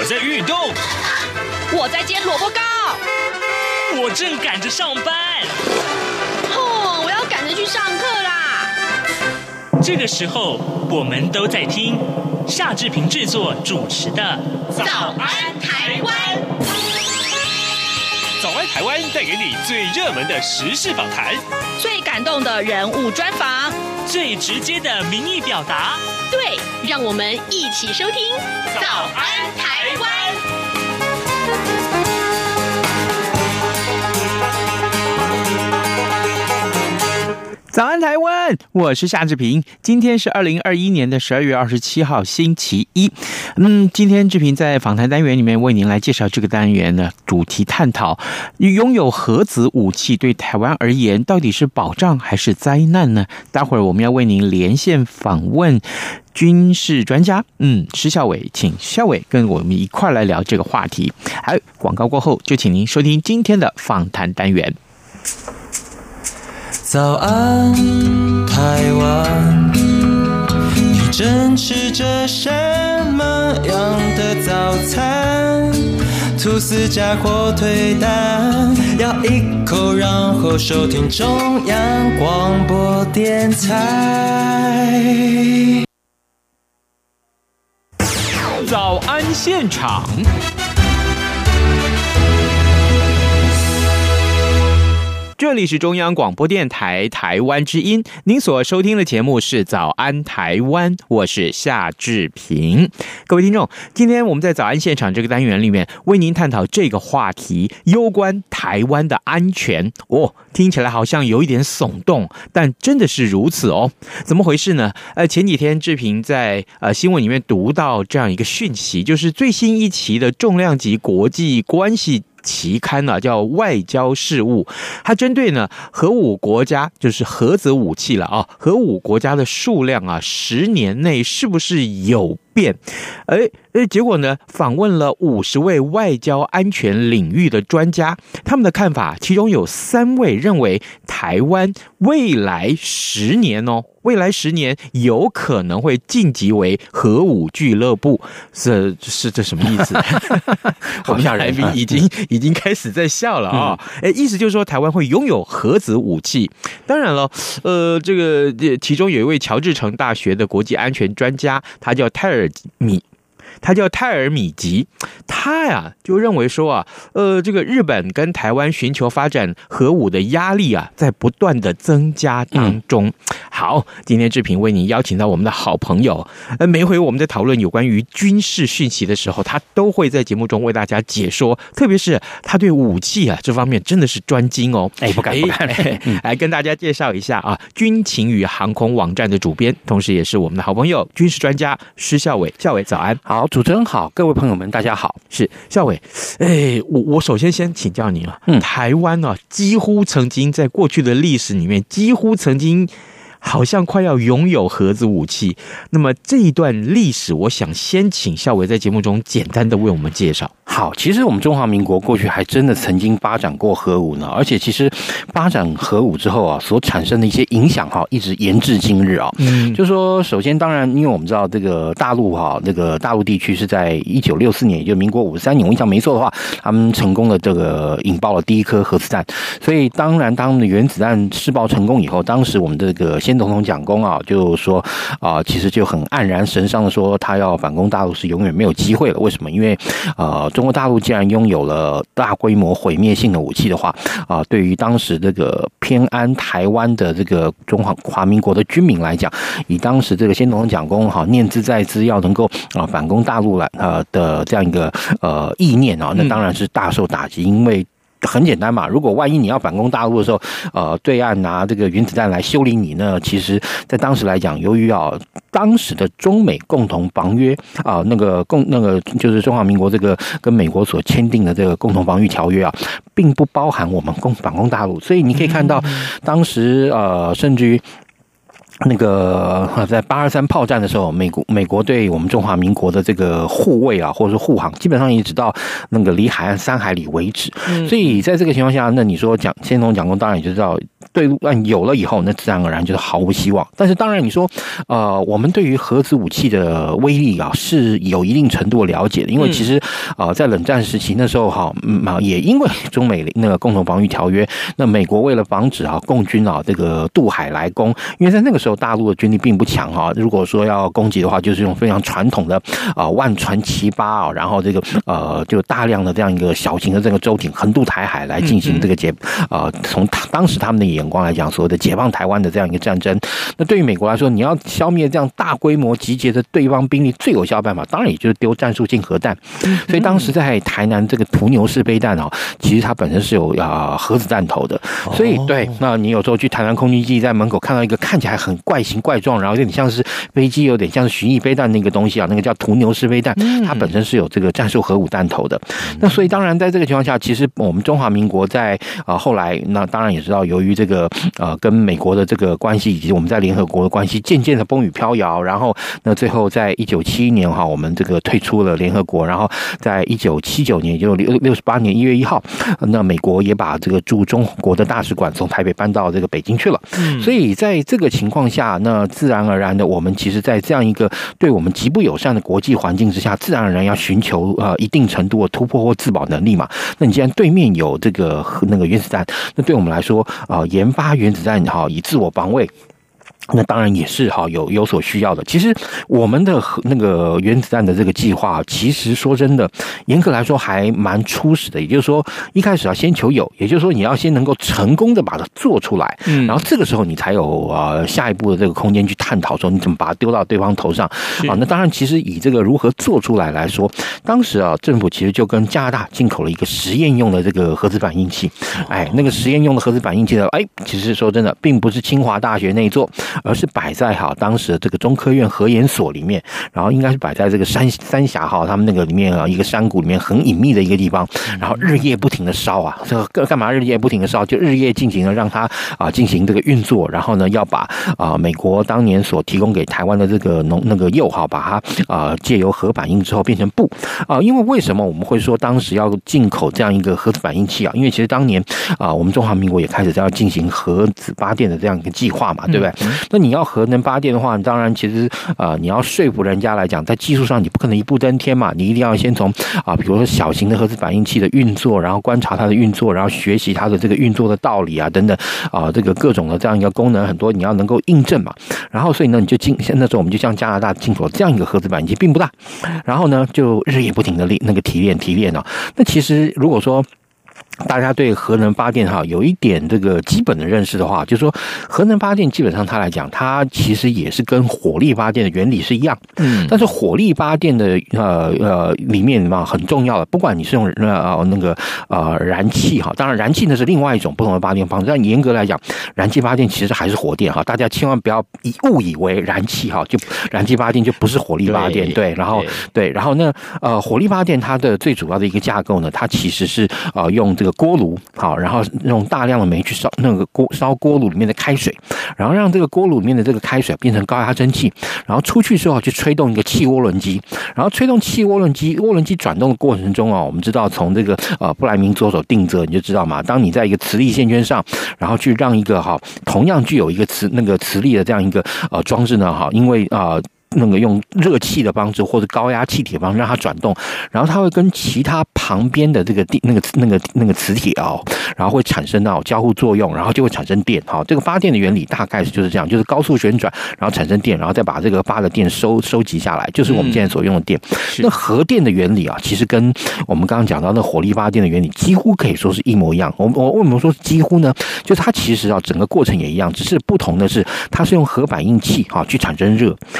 在运动， 我在煎萝卜糕， 我正赶着上班。 我要赶着去上课啦。 这个时候，我们都在听夏志平制作主持的《 早安台湾》。 早安台湾带给你最热门的时事访谈， 最感动的人物专访， 最直接的民意表达。 对，让我们一起收听《早安台湾》。 早安台湾，我是夏志平。今天是2021年的12月27号，星期一。今天志平在访谈单元里面为您来介绍这个单元的主题探讨：拥有核子武器对台湾而言，到底是保障还是灾难呢？待会儿我们要为您连线访问军事专家，施孝伟，请孝伟跟我们一块来聊这个话题。好，广告过后就请您收听今天的访谈单元。 早安，台湾，你正吃着什么样的早餐？吐司加火腿蛋，咬一口，然后收听中央广播电台。 早安现场。这里是中央广播电台台湾之音，您所收听的节目是早安台湾，我是夏志平。各位听众，今天我们在早安现场这个单元里面为您探讨这个话题，攸关台湾的安全。听起来好像有一点耸动，但真的是如此哦。怎么回事呢？前几天志平在新闻里面读到这样一个讯息，就是最新一期的重量级国际关系期刊叫外交事务，它针对呢核武国家，就是核子武器了啊，核武国家的数量10年内是不是有变？结果呢，访问了50位外交安全领域的专家，他们的看法，其中有3位认为台湾未来10年有可能会晋级为核武俱乐部。这什么意思？我们来宾已经开始在笑了啊！意思就是说台湾会拥有核子武器。当然了，这个其中有一位乔治城大学的国际安全专家，他叫泰尔米吉，他就认为说这个日本跟台湾寻求发展核武的压力在不断的增加当中。好，今天志平为您邀请到我们的好朋友，每回我们在讨论有关于军事讯息的时候，他都会在节目中为大家解说，特别是他对武器这方面真的是专精哦。不敢，来跟大家介绍一下军情与航空网站的主编，同时也是我们的好朋友军事专家施孝伟。孝伟早安。 好，主持人好，各位朋友们大家好。 是孝伟，我首先请教你台湾几乎曾经在过去的历史里面，几乎曾经好像快要拥有核子武器。那么这一段历史，我想先请孝伟在节目中简单的为我们介绍。 好，其实我们中华民国过去还真的曾经发展过核武呢，而且其实发展核武之后所产生的一些影响一直延至今日就是说，首先当然，因为我们知道这个大陆这个大陆地区是在1964年，也就是民国53年，我印象没错的话，他们成功的这个引爆了第一颗核子弹。所以当然，当原子弹试爆成功以后，当时我们这个先总统蒋公就说其实就很黯然神伤的说，他要反攻大陆是永远没有机会了。为什么？因为中国大陆既然拥有了大规模毁灭性的武器的话，对于当时这个偏安台湾的这个中华民国的军民来讲，以当时这个先总统蒋公念兹在兹要能够反攻大陆来的这样一个意念那当然是大受打击，因为很简单嘛，如果万一你要反攻大陆的时候，对岸拿这个原子弹来修理你呢，其实在当时来讲，由于当时的中美共同防约那个就是中华民国这个跟美国所签订的这个共同防御条约并不包含我们反攻大陆，所以你可以看到当时甚至于在823炮战的时候，美国对我们中华民国的这个护卫啊，或者是护航，基本上一直到那个离海岸3海里为止。所以在这个情况下，那你说先从蒋公当然也就知道对陆岸有了以后，那自然而然就是毫无希望。但是当然你说我们对于核子武器的威力啊是有一定程度的了解的，因为其实在冷战时期那时候也因为中美那个共同防御条约，那美国为了防止共军这个渡海来攻，因为在那个时候大陆的军力并不强如果说要攻击的话，就是用非常传统的万船齐发然后这个就大量的这样一个小型的这个舟艇横渡台海来进行这个从当时他们的眼光来讲，所谓的解放台湾的这样一个战争。那对于美国来说，你要消灭这样大规模集结的对方兵力，最有效的办法当然也就是丢战术性核弹。所以当时在台南这个屠牛式飞弹其实它本身是有核子弹头的。所以对，那你有时候去台南空军基地，在门口看到一个看起来很怪形怪状，然后有点像是飞机，有点像是巡弋飞弹那个东西那个叫屠牛式飞弹，它本身是有这个战术核武弹头的。那所以当然在这个情况下，其实我们中华民国在后来那当然也知道，由于这个跟美国的这个关系以及我们在联合国的关系渐渐的风雨飘摇，然后那最后在1971年我们这个退出了联合国，然后在1979年也就68年1月1号，那美国也把这个驻中国的大使馆从台北搬到这个北京去了。所以在这个情况下，那自然而然的我们其实在这样一个对我们极不友善的国际环境之下，自然而然要寻求一定程度的突破或自保能力嘛。那你既然对面有这个那个原子弹，那对我们来说研发原子弹以自我防卫，那当然也是有所需要的。其实我们的那个原子弹的这个计划，其实说真的，严格来说还蛮初始的。也就是说，一开始要先求有，也就是说你要先能够成功的把它做出来，然后这个时候你才有下一步的这个空间去探讨说你怎么把它丢到对方头上那当然，其实以这个如何做出来来说，当时政府其实就跟加拿大进口了一个实验用的这个核子反应器。那个实验用的核子反应器呢，其实说真的，并不是清华大学内做，而是摆在当时的这个中科院核研所里面，然后应该是摆在这个三峡他们那个里面一个山谷里面很隐秘的一个地方，然后日夜不停的烧这个干嘛日夜不停的烧？就日夜进行的让它进行这个运作，然后呢要把美国当年所提供给台湾的这个那个铀把它借由核反应之后变成钚因为为什么我们会说当时要进口这样一个核子反应器因为其实当年我们中华民国也开始要进行核子发电的这样一个计划嘛，对不对？那你要核能发电的话，当然其实你要说服人家来讲，在技术上你不可能一步登天嘛，你一定要先从比如说小型的核子反应器的运作，然后观察它的运作，然后学习它的这个运作的道理等等这个各种的这样一个功能很多你要能够印证嘛。然后所以呢你就那时候我们就向加拿大进口这样一个核子反应器，并不大，然后呢就日夜不停的那个提炼那其实如果说大家对核能发电有一点这个基本的认识的话，就是说核能发电基本上它来讲，它其实也是跟火力发电的原理是一样。但是火力发电的里面很重要的，不管你是用燃气当然燃气呢是另外一种不同的发电方式，但严格来讲，燃气发电其实还是火电大家千万不要误以为燃气就燃气发电就不是火力发电。对，然后呢火力发电它的最主要的一个架构呢，它其实是用这个锅炉然后用大量的煤去烧那个烧锅炉里面的开水，然后让这个锅炉里面的这个开水变成高压蒸汽，然后出去之后去吹动一个气涡轮机，然后吹动气涡轮机转动的过程中我们知道从这个布莱明左手定则你就知道嘛，当你在一个磁力线圈上，然后去让一个同样具有一个磁力的这样一个装置呢因为那个用热气的方式或者高压气体的方式让它转动，然后它会跟其他旁边的这个那个磁铁然后会产生到交互作用，然后就会产生电这个发电的原理大概就是这样，就是高速旋转，然后产生电，然后再把这个发的电收集下来，就是我们现在所用的电。那核电的原理其实跟我们刚刚讲到那火力发电的原理几乎可以说是一模一样。我为什么说几乎呢？就是它其实整个过程也一样，只是不同的是它是用核反应器去产生热，然后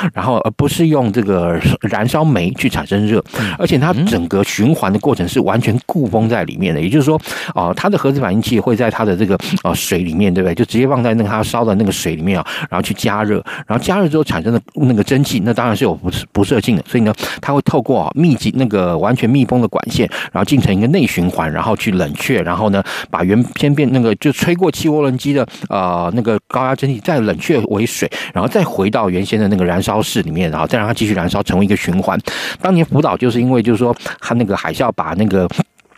而不是用这个燃烧煤去产生热，而且它整个循环的过程是完全固封在里面的，也就是说，它的核子反应器会在它的这个水里面，对不对？就直接放在那个它烧的那个水里面啊，然后去加热，然后加热之后产生的那个蒸汽，那当然是有不射性的，所以呢，它会透过密集那个完全密封的管线，然后进成一个内循环，然后去冷却，然后呢，把原先变那个就吹过气涡轮机的那个高压蒸汽再冷却为水，然后再回到原先的那个燃烧室里面，然后再让它继续燃烧，成为一个循环。当年福岛就是因为就是说它那个海啸把那个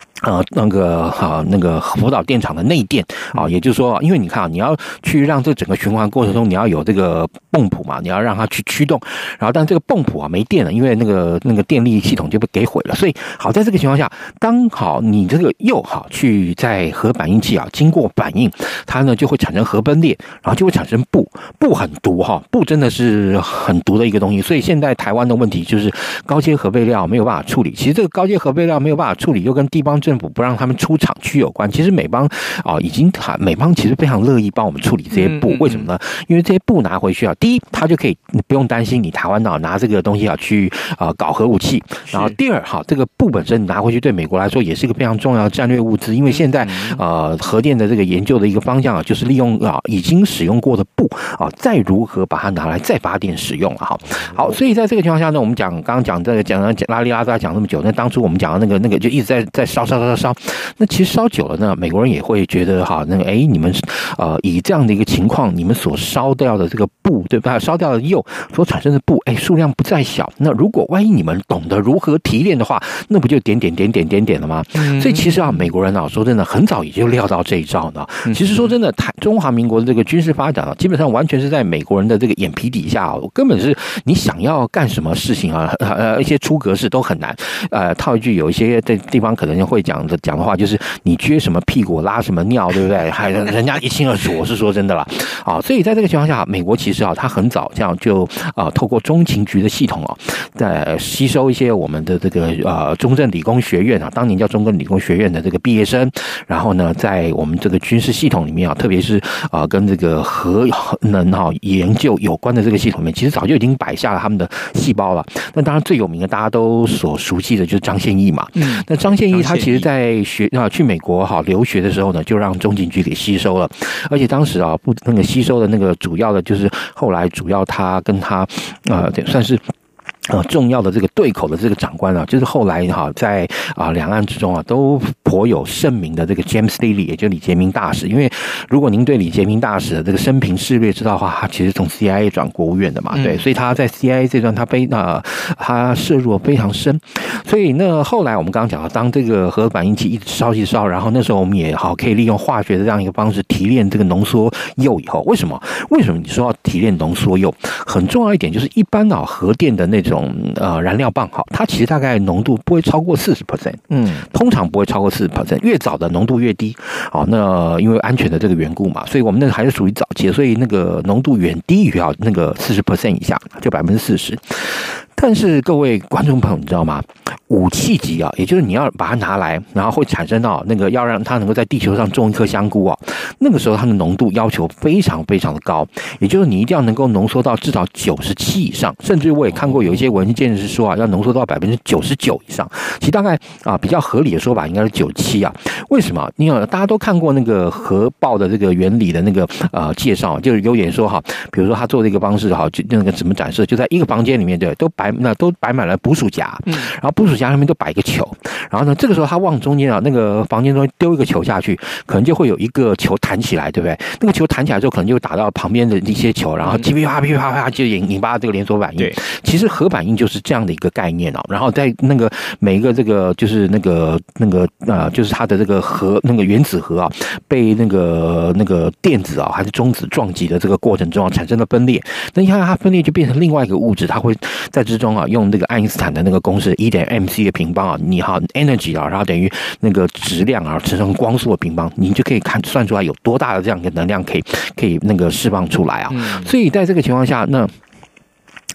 福岛电厂的内电啊，也就是说，因为你看啊，你要去让这整个循环过程中，你要有这个泵浦嘛，你要让它去驱动，然后但这个泵浦啊没电了，因为那个电力系统就被给毁了，所以好在这个情况下，当好你这个铀好去在核反应器啊经过反应，它呢就会产生核分裂，然后就会产生钚很毒哈，钚真的是很毒的一个东西，所以现在台湾的问题就是高阶核废料没有办法处理。其实这个高阶核废料没有办法处理，又跟地方政府不让他们出厂区有关。其实美邦美邦其实非常乐意帮我们处理这些钚，为什么呢？因为这些钚拿回去啊，第一，它就可以不用担心你台湾拿这个东西去搞核武器，然后第二，这个钚本身拿回去对美国来说也是一个非常重要的战略物资，因为现在核电的这个研究的一个方向就是利用已经使用过的钚再如何把它拿来再发电使用了好，所以在这个情况下呢，我们刚刚讲拉里拉扎讲这么久，那当初我们讲的那个就一直在烧，那其实烧久了呢，美国人也会觉得你们以这样的一个情况，你们所烧掉的这个钚，对吧？烧掉的铀所产生的钚，数量不再小。那如果万一你们懂得如何提炼的话，那不就点了吗？所以其实美国人说真的，很早也就料到这一招呢。其实说真的，中华民国的这个军事发展基本上完全是在美国人的这个眼皮底下根本是你想要干什么事情一些出格事都很难。套一句有一些地方可能会讲的话，就是你撅什么屁股拉什么尿，对不对？人家一清二楚，我是说真的啦。所以在这个情况下，美国其实他很早这样就透过中情局的系统在吸收一些我们的这个中正理工学院当年叫中正理工学院的这个毕业生，然后呢，在我们这个军事系统里面特别是跟这个核能研究有关的这个系统里面，其实早就已经摆下了他们的细胞了。那当然最有名的大家都所熟悉的就是张献义嘛。那张献义他其实在去美国留学的时候呢，就让中情局给吸收了，而且当时那个吸收的那个主要的就是后来主要他跟他算是重要的这个对口的这个长官就是后来在两岸之中都颇有盛名的这个 James Lilly， 也就是李杰明大使。因为如果您对李杰明大使的这个生平事略知道的话，他其实从 CIA 转国务院的嘛，对，所以他在 CIA 这段他涉入了非常深。所以那后来我们刚刚讲到，当这个核反应器一直烧，然后那时候我们也可以利用化学的这样一个方式提炼这个浓缩铀以后，为什么你说要提炼浓缩铀？很重要一点就是一般核电的那种燃料棒它其实大概浓度不会超过 40%， 通常不会超过 40%， 越早的浓度越低。那因为安全的这个缘故嘛，所以我们那个还是属于早期，所以那个浓度远低于那个 40% 以下，就 40%。但是各位观众朋友，你知道吗？武器级也就是你要把它拿来，然后会产生到那个要让它能够在地球上种一颗香菇那个时候它的浓度要求非常非常的高，也就是你一定要能够浓缩到至少97以上，甚至我也看过有一些文件是说要浓缩到99%以上。其实大概比较合理的说法应该是97为什么？因为大家都看过那个核爆的这个原理的那个介绍，就是有点说比如说他做这个方式就那个怎么展示，就在一个房间里面对都摆满了捕鼠夹，然后捕鼠夹上面都摆一个球，然后呢，这个时候他往中间那个房间中丢一个球下去，可能就会有一个球弹起来，对不对？那个球弹起来之后，可能就打到旁边的一些球，然后噼啪噼啪啪就引发这个连锁反应。对，其实核反应就是这样的一个概念然后在那个每一个这个就是那个就是它的这个那个原子核被那个电子还是中子撞击的这个过程中产生了分裂。那你看它分裂就变成另外一个物质，它会在之中用这个爱因斯坦的那个公式 1.mc 的平方你energy 然后等于那个质量乘上光速的平方，你就可以算出来有多大的这样一个能量可以那个释放出来所以在这个情况下，那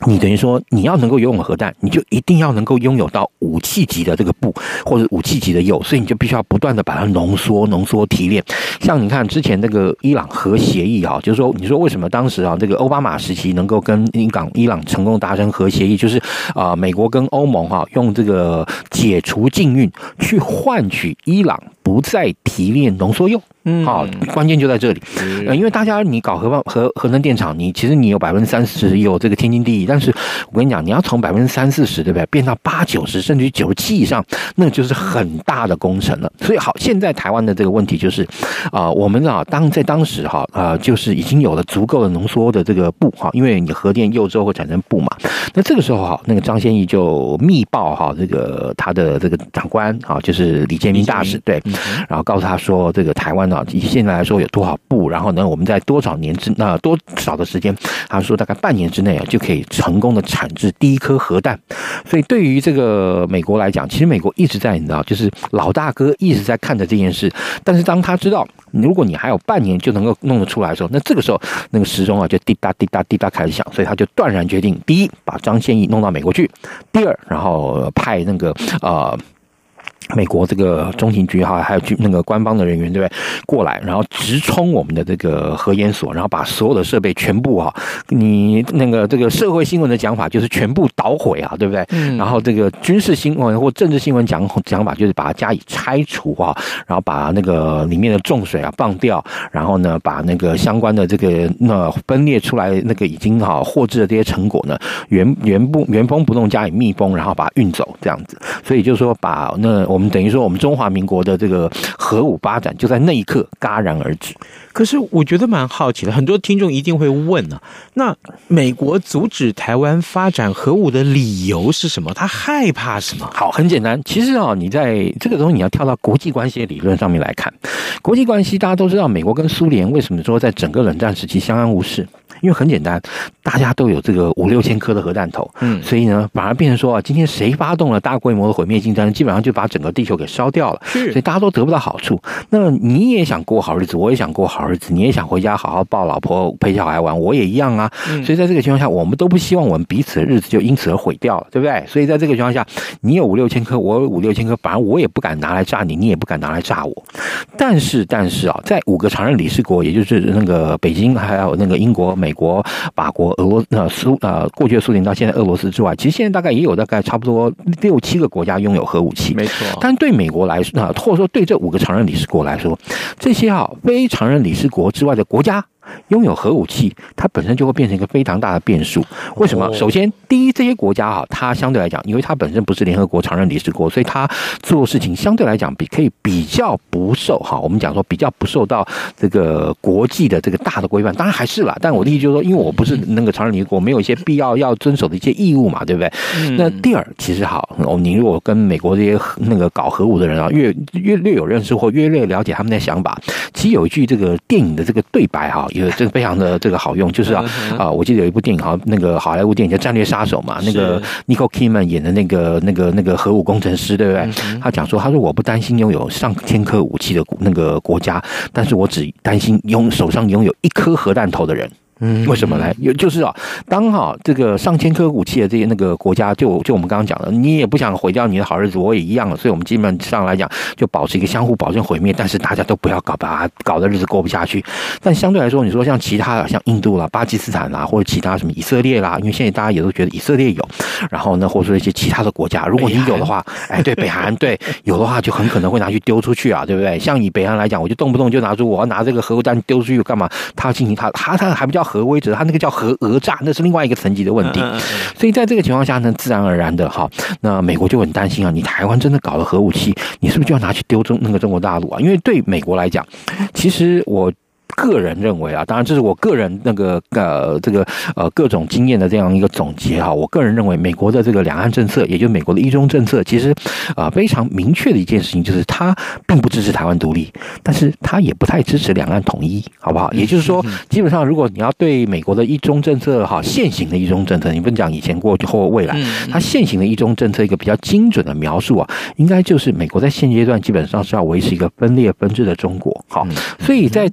你等于说你要能够拥有核弹，你就一定要能够拥有到武器级的这个钚或者武器级的铀，所以你就必须要不断的把它浓缩提炼。像你看之前那个伊朗核协议啊，就是说你说为什么当时啊这个奥巴马时期能够跟伊朗成功达成核协议，就是美国跟欧盟用这个解除禁运去换取伊朗不再提炼浓缩铀。关键就在这里，因为大家你搞核能电厂，其实你有30%有这个天经地义，但是我跟你讲，你要从30%对不对变到80%甚至于97%以上，那就是很大的工程了。所以好，现在台湾的这个问题就是我们当时就是已经有了足够的浓缩的这个钚因为你核电铀之后会产生钚嘛，那这个时候那个张先义就密报这个他的这个长官就是李建明大使，对，然后告诉他说这个台湾以现在来说有多少钚，然后呢我们在多少的时间，他说大概半年之内就可以成功的产制第一颗核弹。所以对于这个美国来讲，其实美国一直在就是老大哥一直在看着这件事，但是当他知道如果你还有半年就能够弄得出来的时候，那这个时候那个时钟就滴答滴答滴答开始响，所以他就断然决定，第一把张先义弄到美国去，第二然后派那个美国这个中情局还有那个官方的人员对不对过来，然后直冲我们的这个核研所，然后把所有的设备全部你那个这个社会新闻的讲法就是全部捣毁对不对？然后这个军事新闻或政治新闻讲法就是把它加以拆除然后把那个里面的重水放掉，然后呢把那个相关的这个分裂出来那个已经获制的这些成果呢原封不动加以密封，然后把它运走这样子。所以就是说把我们等于说我们中华民国的这个核武发展就在那一刻戛然而止。 可是我觉得蛮好奇的，很多听众一定会问那美国阻止台湾发展核武的理由是什么？他害怕什么？ 好，很简单，其实你在这个东西你要跳到国际关系的理论上面来看。国际关系大家都知道，美国跟苏联为什么说在整个冷战时期相安无事？因为很简单，大家都有这个5-6千颗的核弹头，所以呢，反而变成说今天谁发动了大规模的毁灭性战争，基本上就把整个地球给烧掉了，所以大家都得不到好处。那你也想过好日子，我也想过好日子，你也想回家好好抱老婆陪小孩玩，我也一样啊。所以在这个情况下，我们都不希望我们彼此的日子就因此而毁掉了，对不对？所以在这个情况下，你有5-6千颗，我有5-6千颗，反而我也不敢拿来炸你，你也不敢拿来炸我。但是在5个常任理事国，也就是那个北京，还有那个英国、美国、法国、俄罗斯过去的苏联到现在俄罗斯之外，其实现在大概也有大概差不多6-7个国家拥有核武器。 没错。 但对美国来说或者说对这5个常任理事国来说，这些非常任理事国之外的国家拥有核武器，它本身就会变成一个非常大的变数。为什么？首先，第一，这些国家它相对来讲，因为它本身不是联合国常任理事国，所以它做事情相对来讲可以比较不受我们讲说比较不受到这个国际的这个大的规范。当然还是啦，但我的意思就是说，因为我不是那个常任理事国，没有一些必要遵守的一些义务嘛，对不对？那第二，其实你如果跟美国这些那个搞核武的人越略有认识或越略了解他们的想法，其实有一句这个电影的这个对白有这个非常的这个好用，就是我记得有一部电影那个好莱坞电影叫《战略杀手》嘛，那个 Nicole Kidman 演的那个核武工程师，对不对？他讲说，他说我不担心拥有上千颗武器的那个国家，但是我只担心手上拥有1颗核弹头的人。为什么呢？就是当这个上千颗武器的这些那个国家，就我们刚刚讲的，你也不想毁掉你的好日子，我也一样了，所以我们基本上来讲就保持一个相互保证毁灭，但是大家都不要把它搞的日子过不下去。但相对来说，你说像其他的，像印度啦、巴基斯坦啦，或者其他什么以色列啦，因为现在大家也都觉得以色列有，然后呢，或者说一些其他的国家，如果你有的话，对，北韩对有的话，就很可能会拿去丢出去对不对？像以北韩来讲，我就动不动就我要拿这个核弹丢出去干嘛？他进行他还不叫核威慑，他那个叫核讹诈，那是另外一个层级的问题。所以在这个情况下呢，自然而然的那美国就很担心你台湾真的搞了核武器，你是不是就要拿去丢中国大陆因为对美国来讲，其实我个人认为当然这是我个人各种经验的这样一个总结我个人认为，美国的这个两岸政策，也就是美国的一中政策，其实非常明确的一件事情，就是他并不支持台湾独立，但是他也不太支持两岸统一，好不好？也就是说，基本上如果你要对美国的一中政策现行的一中政策，你不讲以前、过去或未来，它现行的一中政策一个比较精准的描述应该就是美国在现阶段基本上是要维持一个分裂分治的中国。好，所以在这个情况下，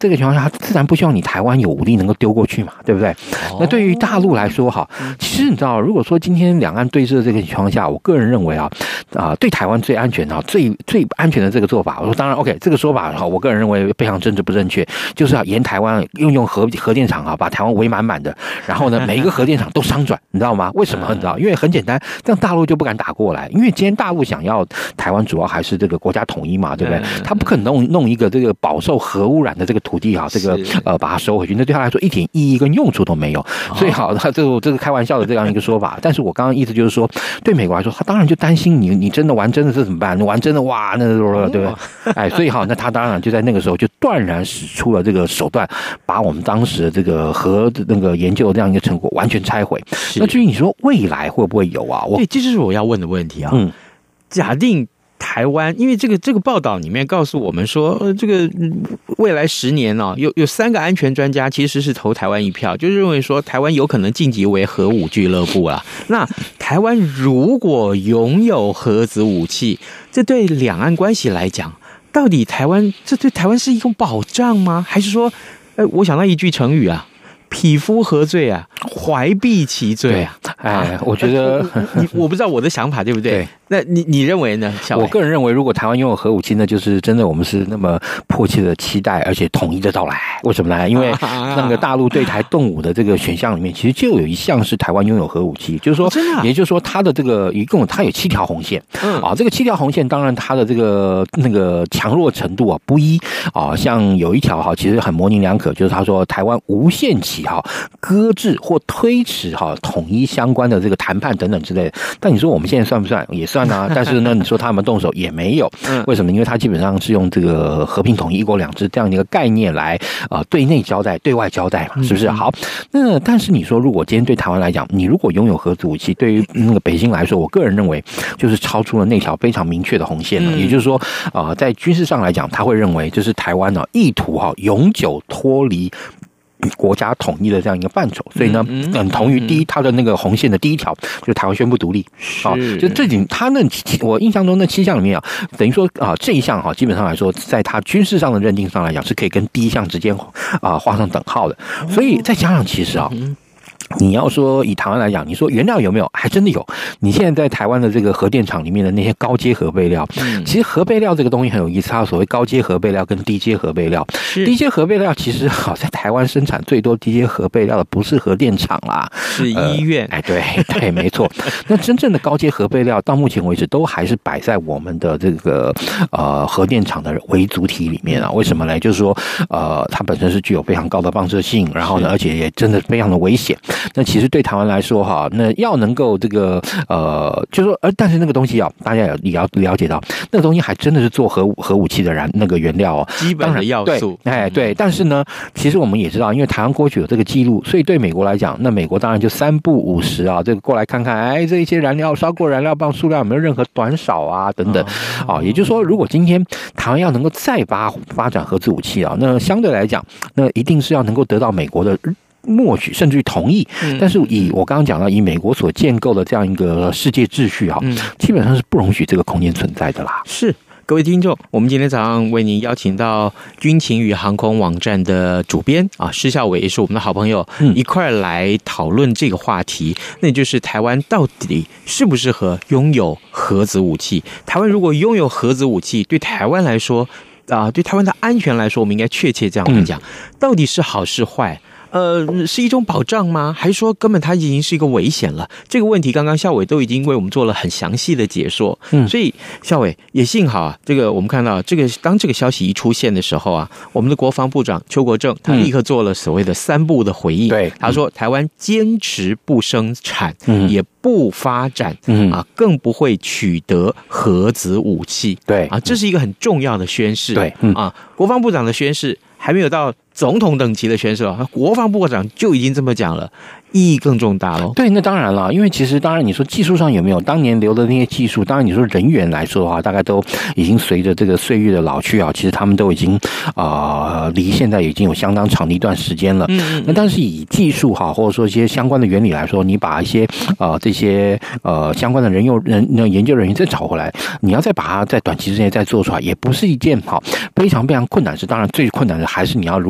自然不希望你台湾有武力能够丢过去嘛，对不对？那对于大陆来说哈，其实你知道，如果说今天两岸对峙的这个情况下，我个人认为对台湾最安全最安全的这个做法，我说当然 OK， 这个说法我个人认为非常政治不正确，就是要沿台湾用核电厂把台湾围满满的，然后呢每一个核电厂都商转，你知道吗？为什么？你知道？因为很简单，这样大陆就不敢打过来，因为今天大陆想要台湾，主要还是这个国家统一嘛，对不对？他不可能弄一个这个饱受核污染的这个土地这个把它收回去，那对他来说一点意义跟用处都没有。所以他这个开玩笑的这样一个说法，但是我刚刚意思就是说，对美国来说，他当然就担心你真的玩真的是怎么办？你玩真的哇，那对不对？所以那他当然就在那个时候就断然使出了这个手段，把我们当时的这个核那个研究的这样一个成果完全拆毁。那至于你说未来会不会有对， 这就是我要问的问题假定台湾，因为这个报道里面告诉我们说，这个未来10年有3个安全专家其实是投台湾一票，就认为说台湾有可能晋级为核武俱乐部啦。那台湾如果拥有核子武器，这对两岸关系来讲，到底这对台湾是一种保障吗？还是说，我想到一句成语匹夫何罪怀璧其罪我觉得我不知道我的想法对不对？那你认为呢？ 我个人认为，如果台湾拥有核武器，那就是真的我们是那么迫切的期待，而且统一的到来。为什么呢？因为那个大陆对台动武的这个选项里面，其实就有一项是台湾拥有核武器，就是说，也就是说，它的这个一共它有7条红线。这个7条红线，当然它的这个那个强弱程度不一像有一条其实很模棱两可，就是他说台湾无限期搁置或推迟统一相关的这个谈判等等之类的。但你说我们现在算不算？也算但是呢，你说他们动手也没有。为什么？因为他基本上是用这个和平统一、一国两制这样的一个概念来对内交代、对外交代嘛，是不是？好，那但是你说，如果今天对台湾来讲，你如果拥有核子武器，对于那个北京来说，我个人认为就是超出了那条非常明确的红线了。也就是说，在军事上来讲，他会认为就是台湾意图永久脱离国家统一的这样一个范畴，所以呢，等同于他的那个红线的第1条，就是台湾宣布独立。就这点，我印象中那7项里面等于说这一项基本上来说，在他军事上的认定上来讲，是可以跟第1项直接画上等号的。所以再加上其实你要说以台湾来讲，你说原料有没有？还真的有。你现在在台湾的这个核电厂里面的那些高阶核备料，其实核备料这个东西很有意思，它有所谓高阶核备料跟低阶核备料。低阶核备料其实在台湾生产最多低阶核备料的不是核电厂啦， 是医院。 对，没错。那真正的高阶核备料到目前为止都还是摆在我们的这个核电厂的微组体里面为什么呢？就是说它本身是具有非常高的放射性，然后呢，而且也真的非常的危险。那其实对台湾来说那要能够这个就是说但是那个东西大家也要了解到，那个东西还真的是做核武器的那个原料基本的要素。 对，但是呢，其实我们也知道，因为台湾过去有这个记录，所以对美国来讲，那美国当然就3不50这个过来看看，这一些燃料烧过燃料棒数量有没有任何短少等等也就是说，如果今天台湾要能够再发展核子武器那相对来讲，那一定是要能够得到美国的默许甚至于同意，但是以我刚刚讲到以美国所建构的这样一个世界秩序基本上是不容许这个空间存在的啦。 是。各位听众，我们今天早上为您邀请到军情与航空网站的主编施孝瑋，也是我们的好朋友，一块来讨论这个话题。那就是台湾到底适不适合拥有核子武器？台湾如果拥有核子武器，对台湾来说对台湾的安全来说，我们应该确切这样来讲，到底是好是坏？是一种保障吗？还是说根本它已经是一个危险了？这个问题刚刚孝瑋都已经为我们做了很详细的解说。所以孝瑋也幸好这个我们看到当这个消息一出现的时候我们的国防部长邱国正他立刻做了所谓的3不的回应。 对， 他说台湾坚持不生产，也不发展，更不会取得核子武器。 对这是一个很重要的宣示。 对国防部长的宣示还没有到总统等级的宣示国防部长就已经这么讲了，意义更重大了。 对，那当然了，因为其实当然你说技术上有没有当年留的那些技术，当然你说人员来说的话，大概都已经随着这个岁月的老去其实他们都已经离现在已经有相当长的一段时间了。那但是以技术或者说一些相关的原理来说，你把一些这些相关的研究人员再找回来，你要再把它在短期之内再做出来，也不是一件非常非常困难事。当然最困难的还是你要如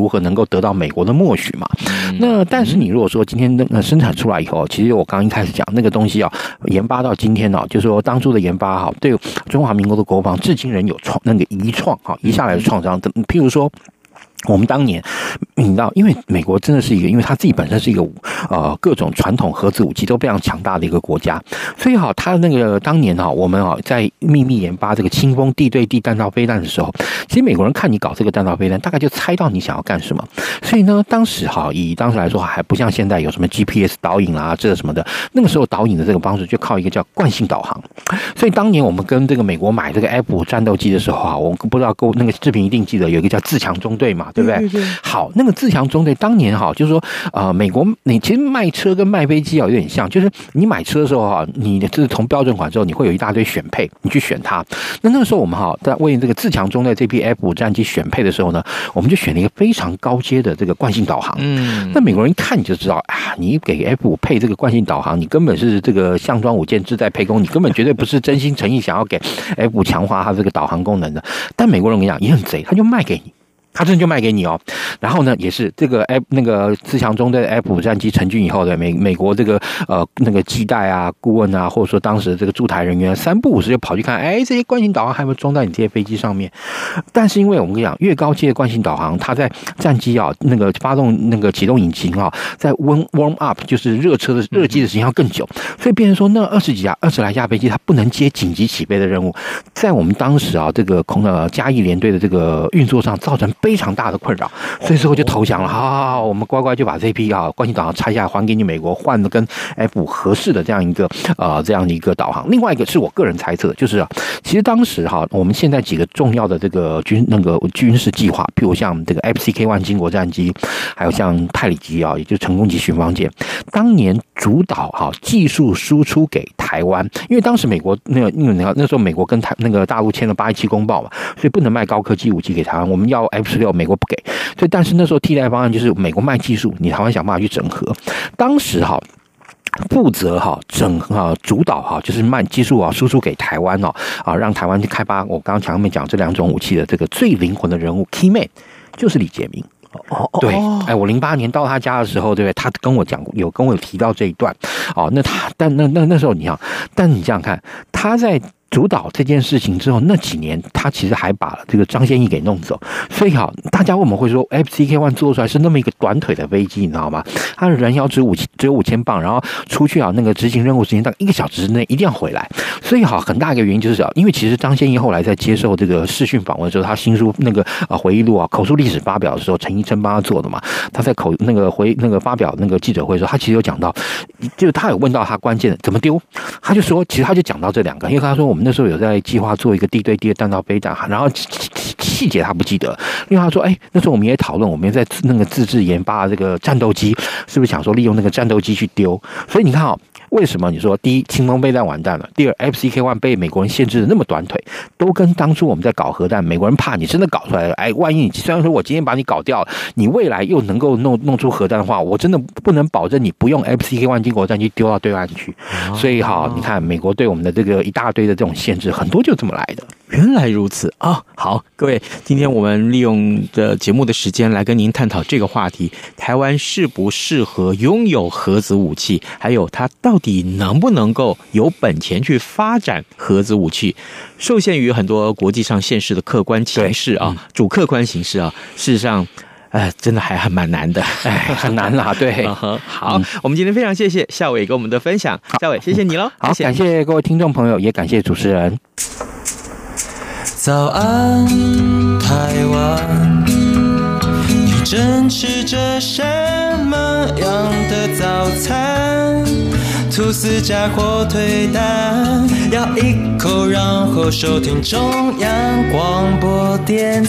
何能够得到美国的默许嘛。那但是你如果说今天生产出来以后，其实我刚刚一开始讲那个东西研发到今天就是说当初的研发对中华民国的国防至今仍有那个遗下来的创伤。譬如说我们当年，你知道，因为美国真的是一个，因为它自己本身是一个各种传统核子武器都非常强大的一个国家，所以它那个当年我们在秘密研发这个清风地对地弹道飞弹的时候，其实美国人看你搞这个弹道飞弹，大概就猜到你想要干什么。所以呢，当时以当时来说还不像现在有什么 GPS 导引啦这什么的，那个时候导引的这个方式就靠一个叫惯性导航。所以当年我们跟这个美国买这个 F5 战斗机的时候我不知道那个志平一定记得有一个叫自强中队嘛。对不对？好，那个自强中队当年就是说，美国你其实卖车跟卖飞机有点像，就是你买车的时候你就是从标准款之后，你会有一大堆选配，你去选它。那个时候我们在为这个自强中队这批 F5 战机选配的时候呢，我们就选了一个非常高阶的这个惯性导航。那美国人一看你就知道你给 F5 配这个惯性导航，你根本是这个项庄舞剑志在沛公，你根本绝对不是真心诚意想要给 F5 强化它这个导航功能的。但美国人跟你讲也很贼，他就卖给你。他真的就卖给你然后呢，也是这个那个自强中队 F5 战机成军以后的美国这个那个基带顾问或者说当时这个驻台人员3不5时就跑去看，这些惯性导航还有没有装在你这些飞机上面？但是因为我们跟你讲，越高阶的惯性导航，它在战机那个发动那个启动引擎在 warm up 就是热机的时间要更久，所以变成说那20来架飞机它不能接紧急起飞的任务，在我们当时这个嘉义联队的这个运作上造成非常大的困扰，所以最后就投降了。好，我们乖乖就把这批惯性导航拆下来还给你美国，换了跟 F5 合适的这样的一个导航。另外一个是我个人猜测，就是其实当时我们现在几个重要的这个军事计划，譬如像这个 FCK-1 经国战机，还有像泰里级也就是成功级巡防舰，当年主导技术输出给台湾，因为当时美国那时候美国跟那个大陆签了817公报嘛，所以不能卖高科技武器给台湾，我们要 F16，美国不给，所以但是那时候替代方案就是美国卖技术，你台湾想办法去整合。当时负责主导就是卖技术输出给台湾让台湾去开发我刚刚前面讲这2种武器的这个最灵魂的人物 Key Man 就是李捷明。对，我08年到他家的时候，对不对？他跟我讲，跟我提到这一段。那时候你想，但你想想看，他在主导这件事情之后，那几年他其实还把这个张先义给弄走，所以大家为什么会说 FCK-1 做出来是那么一个短腿的飞机，你知道吗？他的燃油只有5000磅，然后出去那个执行任务时间大概1个小时之内一定要回来，所以很大一个原因就是因为其实张先义后来在接受这个视讯访问的时候，他新书那个回忆录口述历史发表的时候，陈怡琛帮他做的嘛，他在发表那个记者会的时候，他其实有讲到，就是他有问到他关键的怎么丢，他就说其实他就讲到这2个，因为他说我们那时候有在计划做一个地对地的弹道飞弹，然后细节他不记得，因为他说那时候我们也讨论，我们也在那个自制研发这个战斗机，是不是想说利用那个战斗机去丢？所以你看为什么你说第一清风飞弹完蛋了，第二 FCK-1 被美国人限制的那么短腿，都跟当初我们在搞核弹，美国人怕你真的搞出来了，万一你虽然说我今天把你搞掉了，你未来又能够弄出核弹的话，我真的不能保证你不用 FCK-1 经国战机丢到对岸去。所以你看美国对我们的这个一大堆的这种限制，很多就这么来的。 原来如此好，各位，今天我们利用的节目的时间来跟您探讨这个话题：台湾适不适合拥有核子武器，还有它到底能不能够有本钱去发展核子武器？受限于很多国际上现实的客观情势主客观形势事实上。真的还蛮难的， 很难啦，对。 好，我们今天非常谢谢夏伟跟我们的分享，夏伟，谢谢你喽。 好，感谢各位听众朋友，也感谢主持人。 早安，台湾，你正吃着什么样的早餐？吐司加火腿蛋，咬一口，然后收听中央广播电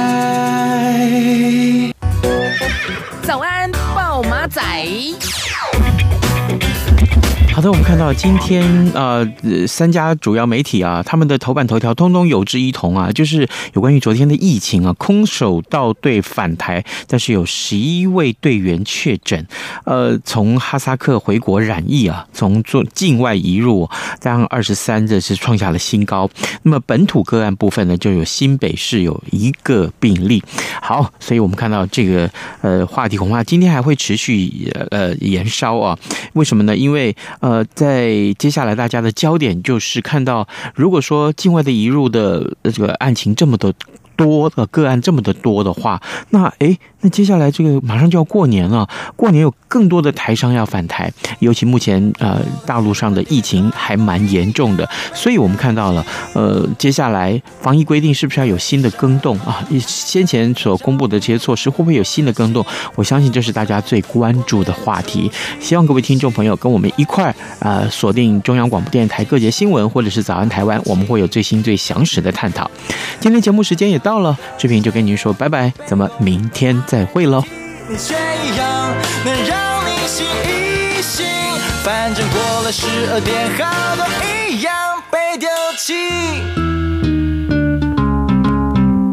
台。 早安，暴马仔。 好的，我们看到今天3家主要媒体啊，他们的头版头条通通有志一同啊，就是有关于昨天的疫情啊，空手道队返台，但是有11位队员确诊，从哈萨克回国染疫啊，从做境外移入，加上23日是创下了新高。那么本土个案部分呢，就有新北市有1个病例。好，所以我们看到这个话题恐怕今天还会持续延烧啊。为什么呢？因为在接下来大家的焦点就是看到，如果说境外的移入的这个案情这么的多的个案这么的多的话，那接下来这个马上就要过年了，过年有更多的台商要返台，尤其目前大陆上的疫情还蛮严重的，所以我们看到了接下来防疫规定是不是要有新的更动啊？先前所公布的这些措施会不会有新的更动？我相信这是大家最关注的话题。希望各位听众朋友跟我们一块锁定中央广播电台各节新闻或者是早安台湾，我们会有最新最详实的探讨。今天节目时间也到了，志平就跟您说拜拜，咱们明天再会喽。 这样能让你醒一醒，反正过了12点，好多一样被丢弃。